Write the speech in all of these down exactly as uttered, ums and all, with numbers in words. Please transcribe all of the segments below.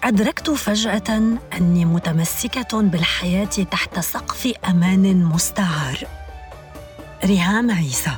أدركت فجأة أني متمسكة بالحياة تحت سقف أمان مستعار. ريهام عيسى.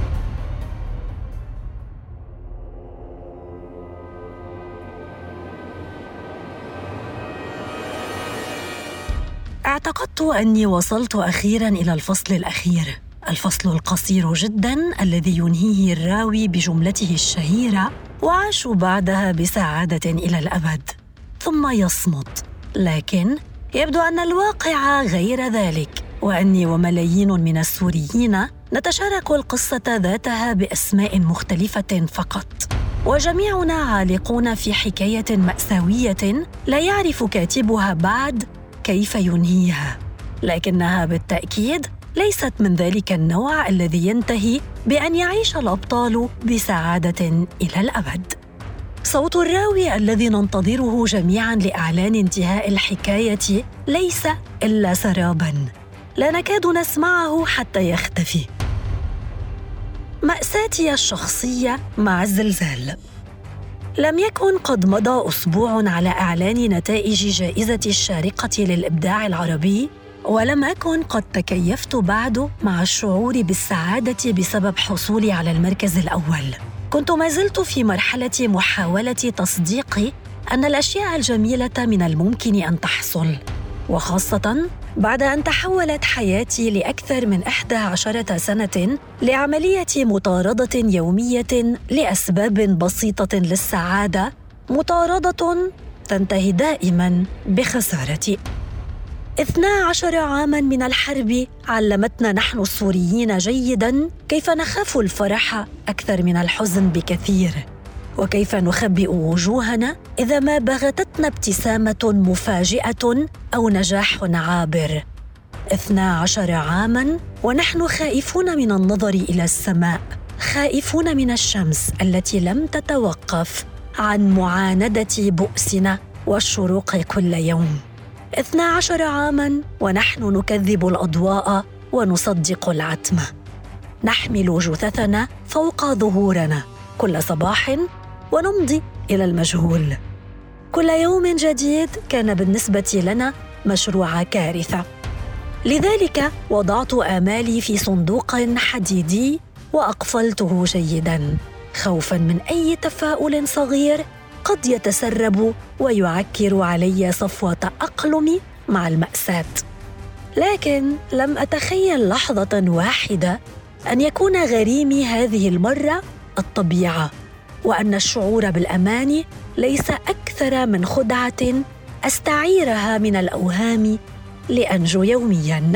اعتقدت أني وصلت أخيراً إلى الفصل الأخير، الفصل القصير جداً الذي ينهيه الراوي بجملته الشهيرة: وعاشوا بعدها بسعادة إلى الأبد. ثم يصمت. لكن يبدو أن الواقع غير ذلك، وأني وملايين من السوريين نتشارك القصة ذاتها بأسماء مختلفة فقط، وجميعنا عالقون في حكاية مأساوية لا يعرف كاتبها بعد كيف ينهيها، لكنها بالتأكيد ليست من ذلك النوع الذي ينتهي بأن يعيش الأبطال بسعادة إلى الأبد. صوت الراوي الذي ننتظره جميعاً لإعلان انتهاء الحكاية ليس إلا سراباً لا نكاد نسمعه حتى يختفي. مأساتي الشخصية مع الزلزال. لم يكن قد مضى أسبوع على إعلان نتائج جائزة الشارقة للإبداع العربي، ولم أكن قد تكيفت بعد مع الشعور بالسعادة بسبب حصولي على المركز الأول. كنت ما زلت في مرحلة محاولة تصديق أن الأشياء الجميلة من الممكن أن تحصل، وخاصة بعد أن تحولت حياتي لأكثر من إحدى عشرة سنة لعملية مطاردة يومية لأسباب بسيطة للسعادة، مطاردة تنتهي دائماً بخسارتي. اثنا عشر عاماً من الحرب علمتنا نحن السوريين جيداً كيف نخاف الفرح أكثر من الحزن بكثير، وكيف نخبئ وجوهنا إذا ما بغتتنا ابتسامة مفاجئة أو نجاح عابر. اثنا عشر عاماً ونحن خائفون من النظر إلى السماء، خائفون من الشمس التي لم تتوقف عن معاندة بؤسنا والشروق كل يوم. اثنا عشر عاماً ونحن نكذب الأضواء ونصدق العتمة، نحمل جثثنا فوق ظهورنا كل صباح ونمضي إلى المجهول. كل يوم جديد كان بالنسبة لنا مشروع كارثة، لذلك وضعت آمالي في صندوق حديدي وأقفلته جيداً، خوفاً من أي تفاؤل صغير قد يتسرب ويعكر علي صفوة أقلمي مع المأساة. لكن لم أتخيل لحظة واحدة أن يكون غريمي هذه المرة الطبيعة، وأن الشعور بالأمان ليس أكثر من خدعة أستعيرها من الأوهام لأنجو يومياً.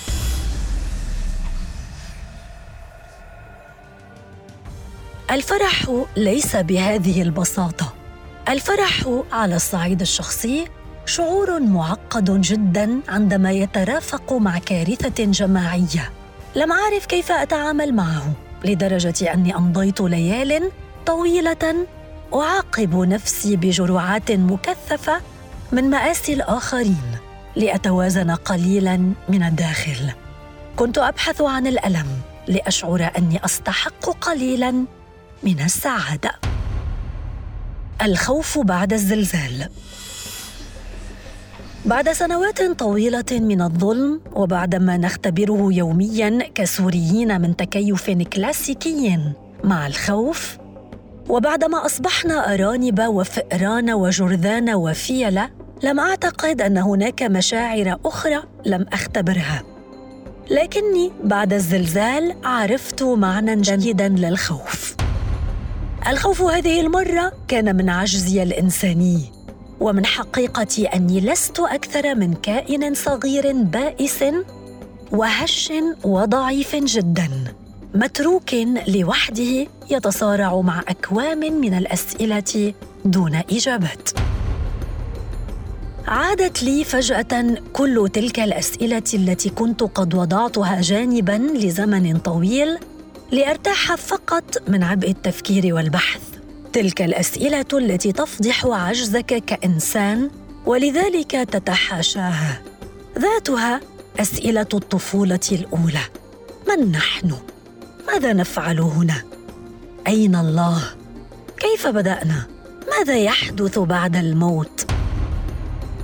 الفرح ليس بهذه البساطة. الفرح على الصعيد الشخصي شعور معقد جداً عندما يترافق مع كارثة جماعية لم أعرف كيف أتعامل معه، لدرجة أني أمضيت ليال طويلة أعاقب نفسي بجرعات مكثفة من مآسي الآخرين لأتوازن قليلاً من الداخل. كنت أبحث عن الألم لأشعر أني أستحق قليلاً من السعادة. الخوف بعد الزلزال. بعد سنوات طويلة من الظلم، وبعدما نختبره يومياً كسوريين من تكيف كلاسيكي مع الخوف، وبعدما أصبحنا أرانب وفئران وجرذان وفيلة، لم أعتقد أن هناك مشاعر أخرى لم أختبرها. لكني بعد الزلزال عرفت معنى جديداً للخوف. الخوف هذه المرة كان من عجزي الإنساني، ومن حقيقة أني لست أكثر من كائن صغير بائس وهش وضعيف جداً، متروك لوحده يتصارع مع أكوام من الأسئلة دون إجابات. عادت لي فجأة كل تلك الأسئلة التي كنت قد وضعتها جانباً لزمن طويل لأرتاح فقط من عبء التفكير والبحث. تلك الأسئلة التي تفضح عجزك كإنسان ولذلك تتحاشاها، ذاتها أسئلة الطفولة الأولى: من نحن؟ ماذا نفعل هنا؟ أين الله؟ كيف بدأنا؟ ماذا يحدث بعد الموت؟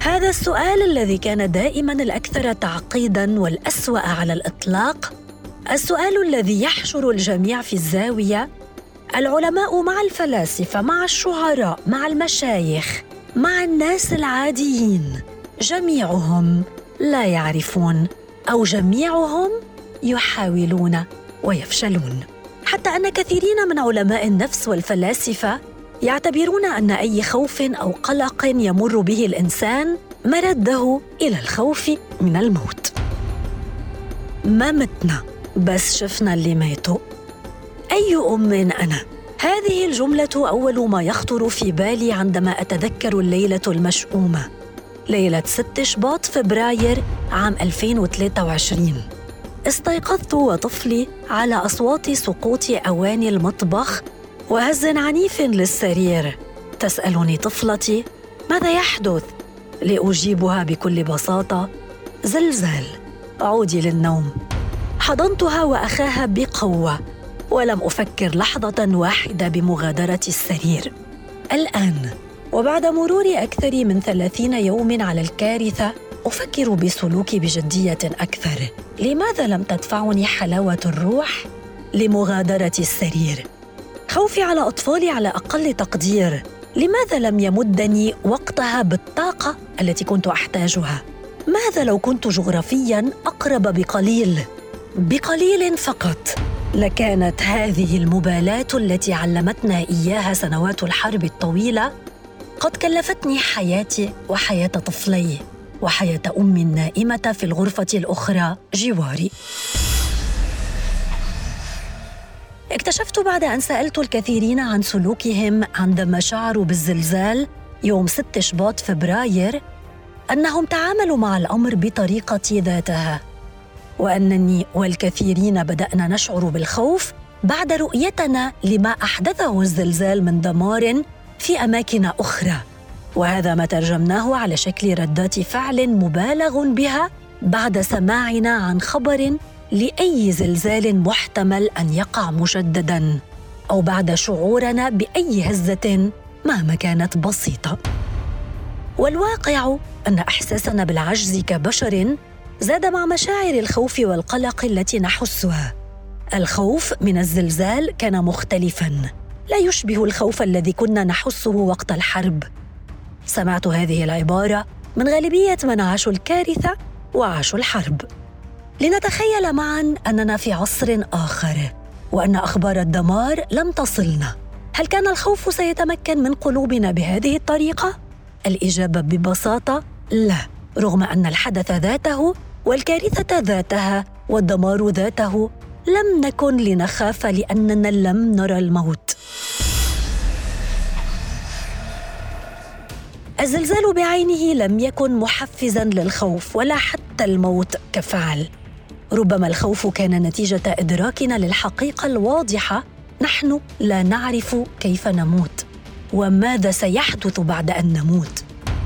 هذا السؤال الذي كان دائماً الأكثر تعقيداً والأسوأ على الإطلاق، السؤال الذي يحشر الجميع في الزاوية، العلماء مع الفلاسفة مع الشعراء مع المشايخ مع الناس العاديين، جميعهم لا يعرفون أو جميعهم يحاولون ويفشلون. حتى أن كثيرين من علماء النفس والفلاسفة يعتبرون أن أي خوف أو قلق يمر به الإنسان مرده إلى الخوف من الموت. ما متنا بس شفنا اللي ماتوا. أي أم أنا؟ هذه الجملة أول ما يخطر في بالي عندما أتذكر الليلة المشؤومة، ليلة ستة شباط فبراير عام ألفين وثلاثة وعشرين. استيقظت وطفلي على أصوات سقوط أواني المطبخ وهز عنيف للسرير. تسألني طفلتي ماذا يحدث؟ لأجيبها بكل بساطة: زلزال، عودي للنوم. حضنتها وأخاها بقوة ولم أفكر لحظة واحدة بمغادرة السرير. الآن وبعد مرور أكثر من ثلاثين يوم على الكارثة أفكر بسلوكي بجدية أكثر. لماذا لم تدفعني حلاوة الروح لمغادرة السرير؟ خوفي على أطفالي على أقل تقدير، لماذا لم يمدني وقتها بالطاقة التي كنت أحتاجها؟ ماذا لو كنت جغرافياً أقرب بقليل بقليل فقط؟ لكانت هذه المبالاة التي علمتنا إياها سنوات الحرب الطويلة قد كلفتني حياتي وحياة طفلي وحياة أمي النائمة في الغرفة الأخرى جواري. اكتشفت بعد أن سألت الكثيرين عن سلوكهم عندما شعروا بالزلزال يوم ستة شباط فبراير أنهم تعاملوا مع الأمر بطريقة ذاتها، وأنني والكثيرين بدأنا نشعر بالخوف بعد رؤيتنا لما أحدثه الزلزال من دمار في أماكن أخرى، وهذا ما ترجمناه على شكل ردات فعل مبالغ بها بعد سماعنا عن خبر لأي زلزال محتمل أن يقع مجدداً، أو بعد شعورنا بأي هزة مهما كانت بسيطة. والواقع أن إحساسنا بالعجز كبشر زاد مع مشاعر الخوف والقلق التي نحسها. الخوف من الزلزال كان مختلفاً، لا يشبه الخوف الذي كنا نحسه وقت الحرب. سمعت هذه العبارة من غالبية من عاشوا الكارثة وعاشوا الحرب. لنتخيل معاً أننا في عصر آخر وأن أخبار الدمار لم تصلنا. هل كان الخوف سيتمكن من قلوبنا بهذه الطريقة؟ الإجابة ببساطة لا، رغم أن الحدث ذاته والكارثة ذاتها والدمار ذاته لم نكن لنخاف لأننا لم نرى الموت. الزلزال بعينه لم يكن محفزاً للخوف ولا حتى الموت كفعل. ربما الخوف كان نتيجة إدراكنا للحقيقة الواضحة: نحن لا نعرف كيف نموت وماذا سيحدث بعد أن نموت.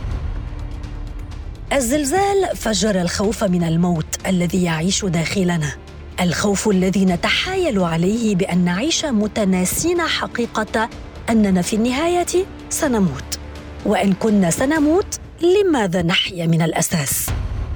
الزلزال فجر الخوف من الموت الذي يعيش داخلنا، الخوف الذي نتحايل عليه بأن نعيش متناسين حقيقة أننا في النهاية سنموت، وإن كنا سنموت لماذا نحيا من الأساس؟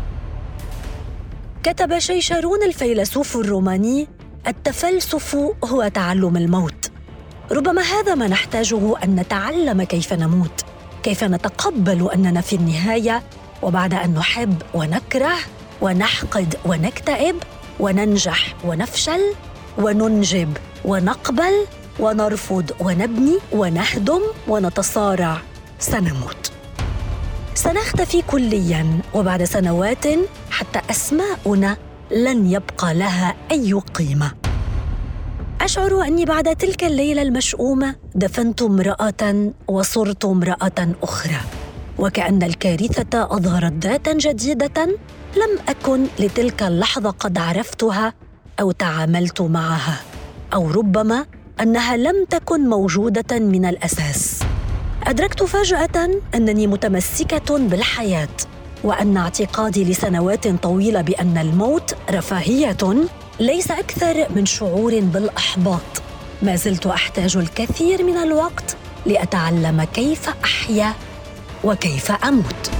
كتب شيشارون الفيلسوف الروماني: التفلسف هو تعلم الموت. ربما هذا ما نحتاجه، أن نتعلم كيف نموت، كيف نتقبل أننا في النهاية، وبعد أن نحب ونكره ونحقد ونكتئب وننجح ونفشل وننجب ونقبل ونرفض ونبني ونهدم ونتصارع، سنموت، سنختفي كلياً، وبعد سنوات حتى أسماؤنا لن يبقى لها أي قيمة. أشعر أني بعد تلك الليلة المشؤومة دفنت امرأة وصرت امرأة أخرى، وكأن الكارثة أظهرت ذاتاً جديدة لم أكن لتلك اللحظة قد عرفتها أو تعاملت معها، أو ربما أنها لم تكن موجودة من الأساس. أدركت فجأة أنني متمسكة بالحياة، وأن اعتقادي لسنوات طويلة بأن الموت رفاهية ليس أكثر من شعور بالإحباط. ما زلت أحتاج الكثير من الوقت لأتعلم كيف أحيا وكيف أموت.